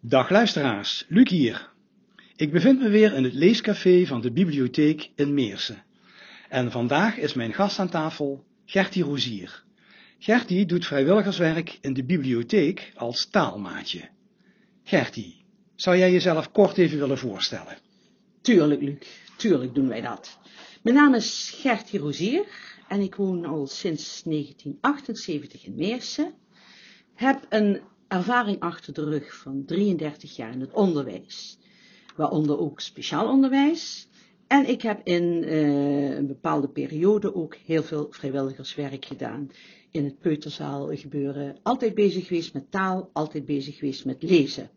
Dag luisteraars, Luc hier. Ik bevind me weer in het leescafé van de bibliotheek in Meersen. En vandaag is mijn gast aan tafel Gertie Rozier. Gertie doet vrijwilligerswerk in de bibliotheek als taalmaatje. Gertie, zou jij jezelf kort even willen voorstellen? Tuurlijk, Luc. Tuurlijk doen wij dat. Mijn naam is Gertie Rozier en ik woon al sinds 1978 in Meersen. Heb een ervaring achter de rug van 33 jaar in het onderwijs, waaronder ook speciaal onderwijs. En ik heb in een bepaalde periode ook heel veel vrijwilligerswerk gedaan in het peuterzaal gebeuren. Altijd bezig geweest met taal, altijd bezig geweest met lezen.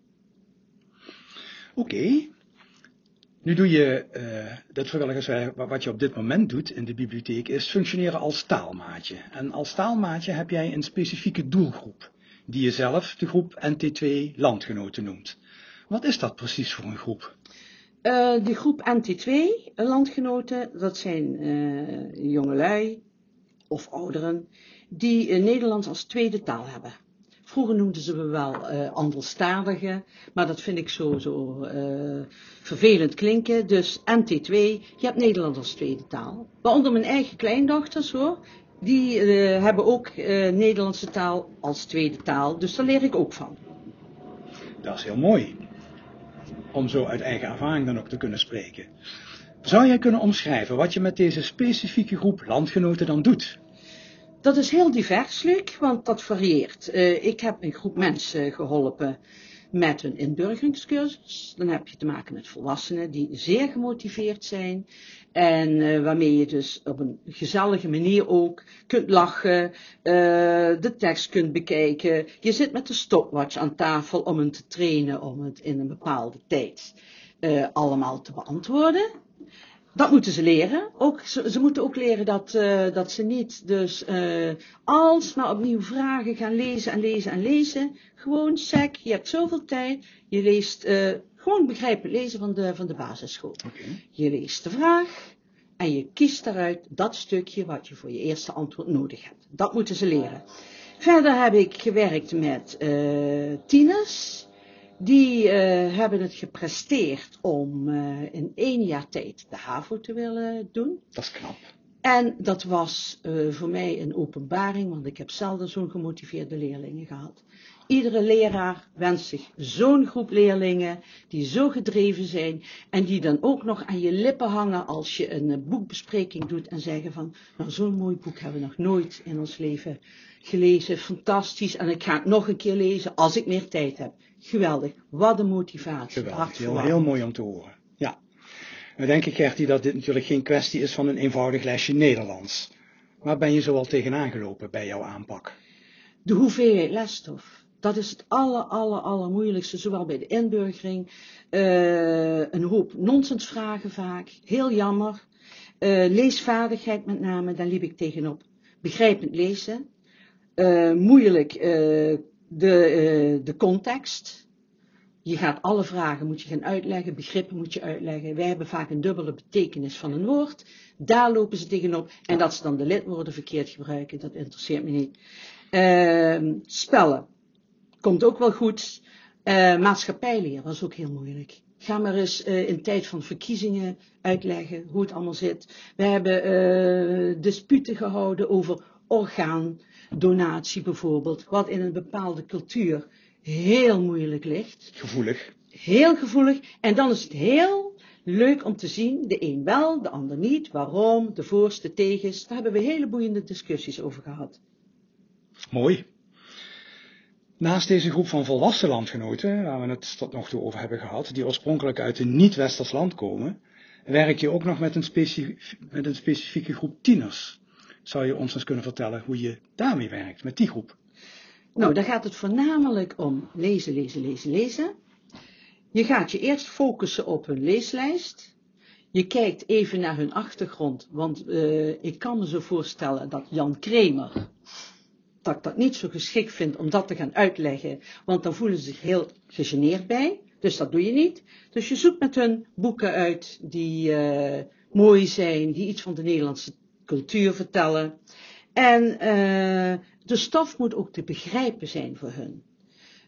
Oké. Nu doe je dat vrijwilligerswerk wat je op dit moment doet in de bibliotheek is functioneren als taalmaatje. En als taalmaatje heb jij een specifieke doelgroep, die je zelf de groep NT2 Landgenoten noemt. Wat is dat precies voor een groep? De groep NT2 Landgenoten, dat zijn jongelui of ouderen die Nederlands als tweede taal hebben. Vroeger noemden ze me wel anderstaligen, maar dat vind ik zo vervelend klinken. Dus NT2, je hebt Nederlands als tweede taal. Waaronder mijn eigen kleindochters hoor, die hebben ook Nederlandse taal als tweede taal, dus daar leer ik ook van. Dat is heel mooi, om zo uit eigen ervaring dan ook te kunnen spreken. Zou jij kunnen omschrijven wat je met deze specifieke groep landgenoten dan doet? Dat is heel divers, Luc, want dat varieert. Ik heb een groep mensen geholpen met een inburgeringscursus. Dan heb je te maken met volwassenen die zeer gemotiveerd zijn. En waarmee je dus op een gezellige manier ook kunt lachen, de tekst kunt bekijken. Je zit met de stopwatch aan tafel om hem te trainen, om het in een bepaalde tijd allemaal te beantwoorden. Dat moeten ze leren. Ze moeten ook leren dat ze niet dus alsmaar opnieuw vragen gaan lezen en lezen en lezen. Gewoon sec, je hebt zoveel tijd. Je leest gewoon begrijpelijk lezen van de basisschool. Okay. Je leest de vraag en je kiest daaruit dat stukje wat je voor je eerste antwoord nodig hebt. Dat moeten ze leren. Verder heb ik gewerkt met tieners. Die hebben het gepresteerd om in 1 jaar tijd de HAVO te willen doen. Dat is knap. En dat was voor mij een openbaring, want ik heb zelden zo'n gemotiveerde leerlingen gehad. Iedere leraar wenst zich zo'n groep leerlingen die zo gedreven zijn en die dan ook nog aan je lippen hangen als je een boekbespreking doet en zeggen van, nou zo'n mooi boek hebben we nog nooit in ons leven gelezen, fantastisch en ik ga het nog een keer lezen als ik meer tijd heb. Geweldig, wat een motivatie. Geweldig, heel mooi om te horen. Ja. Nu denk ik, Gertie, dat dit natuurlijk geen kwestie is van een eenvoudig lesje Nederlands. Waar ben je zo al tegenaan gelopen bij jouw aanpak? De hoeveelheid lesstof. Dat is het allermoeilijkste, zowel bij de inburgering. Een hoop nonsensvragen vaak, heel jammer. Leesvaardigheid met name, daar liep ik tegenop. Begrijpend lezen. Moeilijk de context. Je gaat alle vragen moet je gaan uitleggen, begrippen moet je uitleggen. Wij hebben vaak een dubbele betekenis van een woord. Daar lopen ze tegenop. En dat ze dan de lidwoorden verkeerd gebruiken, dat interesseert me niet. Spellen. Komt ook wel goed. Maatschappijleer was ook heel moeilijk. Ga maar eens in tijd van verkiezingen uitleggen hoe het allemaal zit. We hebben disputen gehouden over orgaandonatie bijvoorbeeld. Wat in een bepaalde cultuur heel moeilijk ligt. Gevoelig. Heel gevoelig. En dan is het heel leuk om te zien, de een wel, de ander niet. Waarom, de voor's, de tegens. Daar hebben we hele boeiende discussies over gehad. Mooi. Naast deze groep van volwassen landgenoten, waar we het tot nog toe over hebben gehad, die oorspronkelijk uit een niet-westers land komen, werk je ook nog met een specifieke groep tieners. Zou je ons eens kunnen vertellen hoe je daarmee werkt, met die groep? Nou, daar gaat het voornamelijk om lezen, lezen, lezen, lezen. Je gaat je eerst focussen op hun leeslijst. Je kijkt even naar hun achtergrond, want ik kan me zo voorstellen dat Jan Kramer, dat ik dat niet zo geschikt vind om dat te gaan uitleggen, want dan voelen ze zich heel gegeneerd bij. Dus dat doe je niet. Dus je zoekt met hun boeken uit die mooi zijn, die iets van de Nederlandse cultuur vertellen. En de stof moet ook te begrijpen zijn voor hun.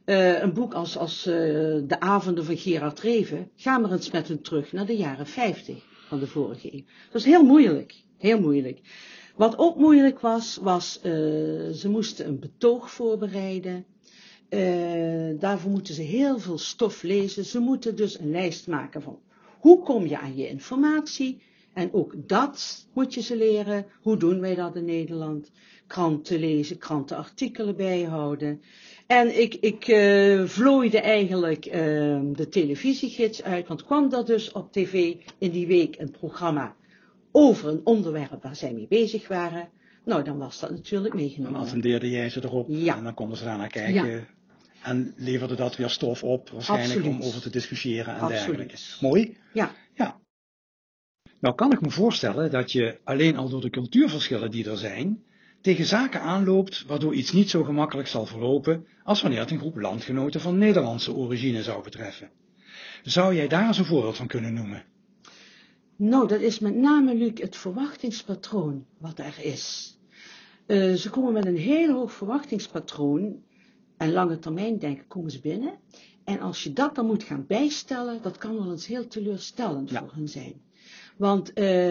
een boek als De Avonden van Gerard Reven, ga maar eens met hem terug naar de jaren 50 van de vorige eeuw. Dat is heel moeilijk, heel moeilijk. Wat ook moeilijk was, ze moesten een betoog voorbereiden. Daarvoor moeten ze heel veel stof lezen. Ze moeten dus een lijst maken van hoe kom je aan je informatie. En ook dat moet je ze leren. Hoe doen wij dat in Nederland? Kranten lezen, krantenartikelen bijhouden. En ik vlooide eigenlijk de televisiegids uit. Want kwam er dus op tv in die week een programma over een onderwerp waar zij mee bezig waren. Nou, dan was dat natuurlijk meegenomen. Dan attendeerde jij ze erop en dan konden ze daar naar kijken. Ja. En leverde dat weer stof op, waarschijnlijk om over te discussiëren en dergelijke. Mooi? Ja. Ja. Nou kan ik me voorstellen dat je alleen al door de cultuurverschillen die er zijn, tegen zaken aanloopt waardoor iets niet zo gemakkelijk zal verlopen als wanneer het een groep landgenoten van Nederlandse origine zou betreffen. Zou jij daar eens een voorbeeld van kunnen noemen? Nou, dat is met name, Luc, het verwachtingspatroon wat er is. Ze komen met een heel hoog verwachtingspatroon en lange termijn denken komen ze binnen. En als je dat dan moet gaan bijstellen, dat kan wel eens heel teleurstellend voor hen zijn. Want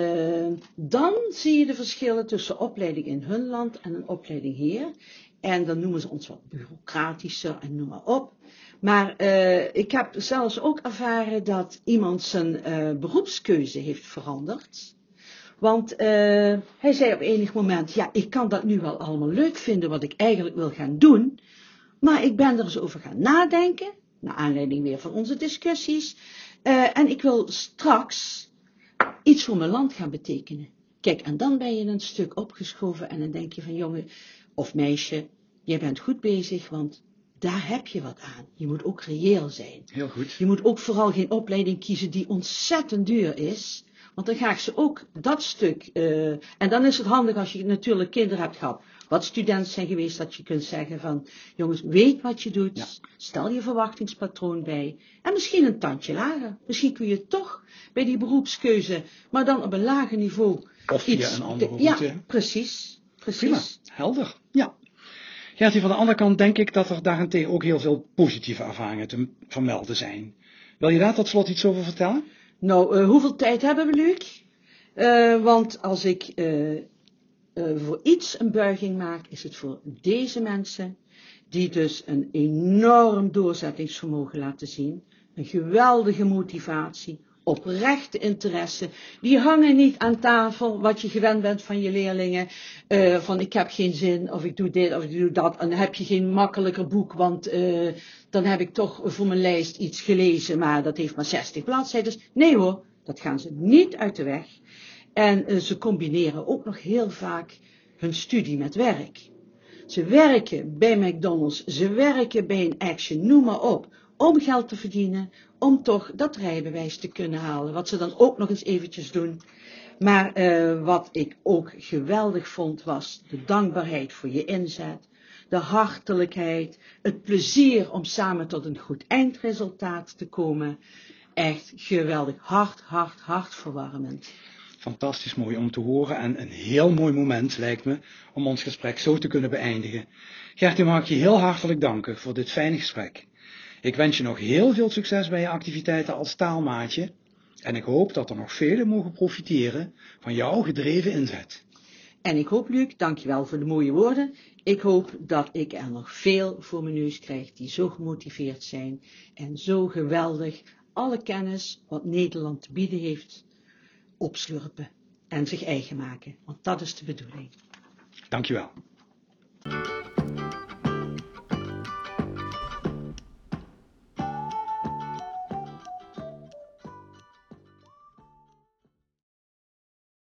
dan zie je de verschillen tussen opleiding in hun land en een opleiding hier. En dan noemen ze ons wat bureaucratischer en noem maar op. Maar ik heb zelfs ook ervaren dat iemand zijn beroepskeuze heeft veranderd. Want hij zei op enig moment, ja, ik kan dat nu wel allemaal leuk vinden wat ik eigenlijk wil gaan doen. Maar ik ben er eens over gaan nadenken, naar aanleiding weer van onze discussies. En ik wil straks iets voor mijn land gaan betekenen. Kijk, en dan ben je een stuk opgeschoven en dan denk je van jongen of meisje, jij bent goed bezig, want daar heb je wat aan. Je moet ook reëel zijn. Heel goed. Je moet ook vooral geen opleiding kiezen die ontzettend duur is. Want dan ga ik ze ook dat stuk... en dan is het handig als je natuurlijk kinderen hebt gehad. Wat studenten zijn geweest, dat je kunt zeggen van... Jongens, weet wat je doet. Ja. Stel je verwachtingspatroon bij. En misschien een tandje lager. Misschien kun je toch bij die beroepskeuze... maar dan op een lager niveau... Of via een andere route. Ja, precies. Prima, helder. Ja. Gertie, van de andere kant denk ik dat er daarentegen ook heel veel positieve ervaringen te vermelden zijn. Wil je daar tot slot iets over vertellen? Nou, hoeveel tijd hebben we, Luc? Want als ik voor iets een buiging maak, is het voor deze mensen, die dus een enorm doorzettingsvermogen laten zien, een geweldige motivatie, oprechte interesse, die hangen niet aan tafel, wat je gewend bent van je leerlingen, van ik heb geen zin, of ik doe dit, of ik doe dat, en dan heb je geen makkelijker boek, want dan heb ik toch voor mijn lijst iets gelezen, maar dat heeft maar 60 bladzijden. Nee hoor, dat gaan ze niet uit de weg. En ze combineren ook nog heel vaak hun studie met werk. Ze werken bij McDonald's, ze werken bij een Action, noem maar op, om geld te verdienen, om toch dat rijbewijs te kunnen halen, wat ze dan ook nog eens eventjes doen. Maar wat ik ook geweldig vond, was de dankbaarheid voor je inzet, de hartelijkheid, het plezier om samen tot een goed eindresultaat te komen. Echt geweldig, hartverwarmend. Fantastisch mooi om te horen en een heel mooi moment lijkt me om ons gesprek zo te kunnen beëindigen. Gertie, mag ik je heel hartelijk danken voor dit fijne gesprek. Ik wens je nog heel veel succes bij je activiteiten als taalmaatje en ik hoop dat er nog velen mogen profiteren van jouw gedreven inzet. En ik hoop, Luc, dankjewel voor de mooie woorden, ik hoop dat ik er nog veel voor mijn neus krijg die zo gemotiveerd zijn en zo geweldig alle kennis wat Nederland te bieden heeft opslurpen en zich eigen maken, want dat is de bedoeling. Dankjewel.